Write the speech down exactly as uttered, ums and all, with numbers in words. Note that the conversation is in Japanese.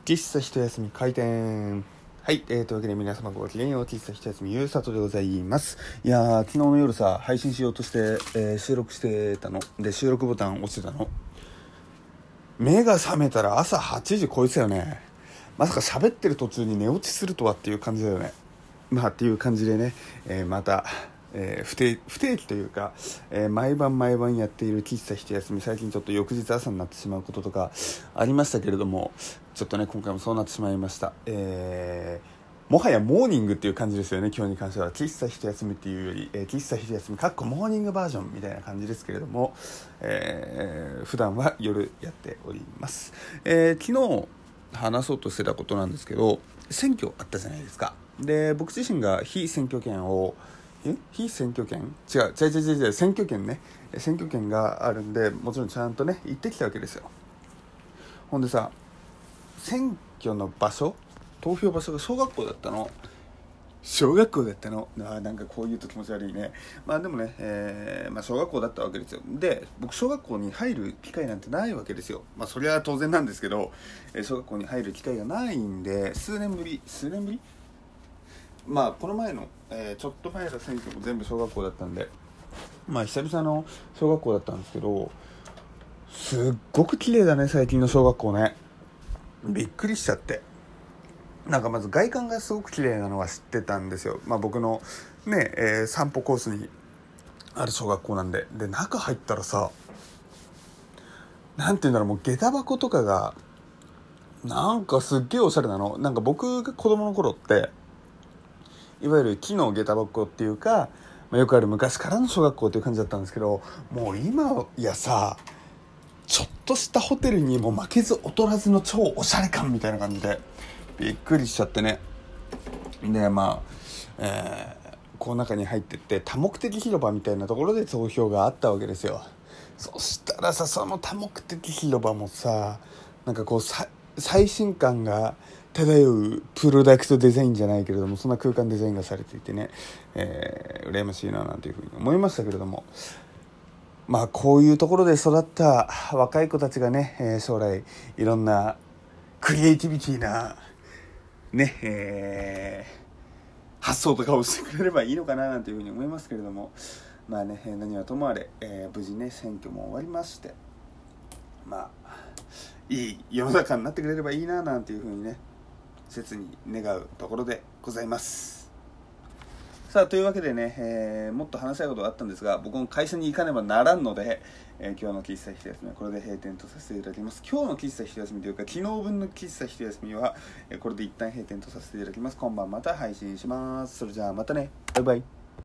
喫茶一休み開店。はい、えー、というわけで皆様ごきげんよう。喫茶一休みゆうさとでございます。いやー、昨日の夜さ配信しようとして、えー、収録してたので、収録ボタン押してたの。目が覚めたら朝はちじ超えてたよね。まさか喋ってる途中に寝落ちするとはっていう感じだよね。まあっていう感じでね、えー、また、えー、不定不定期というか、えー、毎晩毎晩やっている喫茶一休み、最近ちょっと翌日朝になってしまうこととかありましたけれども、ちょっとね今回もそうなってしまいました。えー、もはやモーニングっていう感じですよね。今日に関しては喫茶一休みっていうより、えー、喫茶一休みかっこモーニングバージョンみたいな感じですけれども、えー、普段は夜やっております。えー、昨日話そうとしてたことなんですけど、選挙あったじゃないですか。で、僕自身が非選挙権をえ非選挙権違う違う違う違う選挙権ね選挙権があるんで、もちろんちゃんとね行ってきたわけですよ。ほんでさ、選挙の場所投票場所が小学校だったの小学校だったのあ、なんかこう言うと気持ち悪いね。まあでもね、えーまあ、小学校だったわけですよ。で、僕小学校に入る機会なんてないわけですよ。まあそれは当然なんですけど、えー、小学校に入る機会がないんで、数年ぶり数年ぶりまあこの前の、えー、ちょっと前の選挙も全部小学校だったんで、まあ久々の小学校だったんですけど、すっごく綺麗だね最近の小学校ね。びっくりしちゃって、なんかまず外観がすごく綺麗なのは知ってたんですよ。まあ僕のね、えー、散歩コースにある小学校なんで。で、中入ったらさ、なんていうんだろう、もう下駄箱とかがなんかすっげえおしゃれなの。なんか僕が子供の頃っていわゆる木の下駄箱っていうか、まあ、よくある昔からの小学校っていう感じだったんですけど、もう今やさ、ちょっとしたホテルにも負けず劣らずの超おしゃれ感みたいな感じでびっくりしちゃってね。で、まあ、えー、この中に入ってって多目的広場みたいなところで投票があったわけですよ。そしたらさ、その多目的広場もさ、なんかこうさ最新感が漂うプロダクトデザインじゃないけれども、そんな空間デザインがされていてね、えー、羨ましいななんていうふうに思いましたけれども、まあこういうところで育った若い子たちがね、えー、将来いろんなクリエイティビティなね、えー、発想とかをしてくれればいいのかななんていうふうに思いますけれども、まあね、何はともあれ、えー、無事ね選挙も終わりまして、まあいい世の中になってくれればいいななんていうふうにね切に願うところでございます。さあというわけでね、えー、もっと話したいことがあったんですが、僕も会社に行かねばならんので、えー、今日の喫茶一休みはこれで閉店とさせていただきます。今日の喫茶一休みというか昨日分の喫茶一休みは、えー、これで一旦閉店とさせていただきます。今晩また配信します。それじゃあまたね、バイバイ。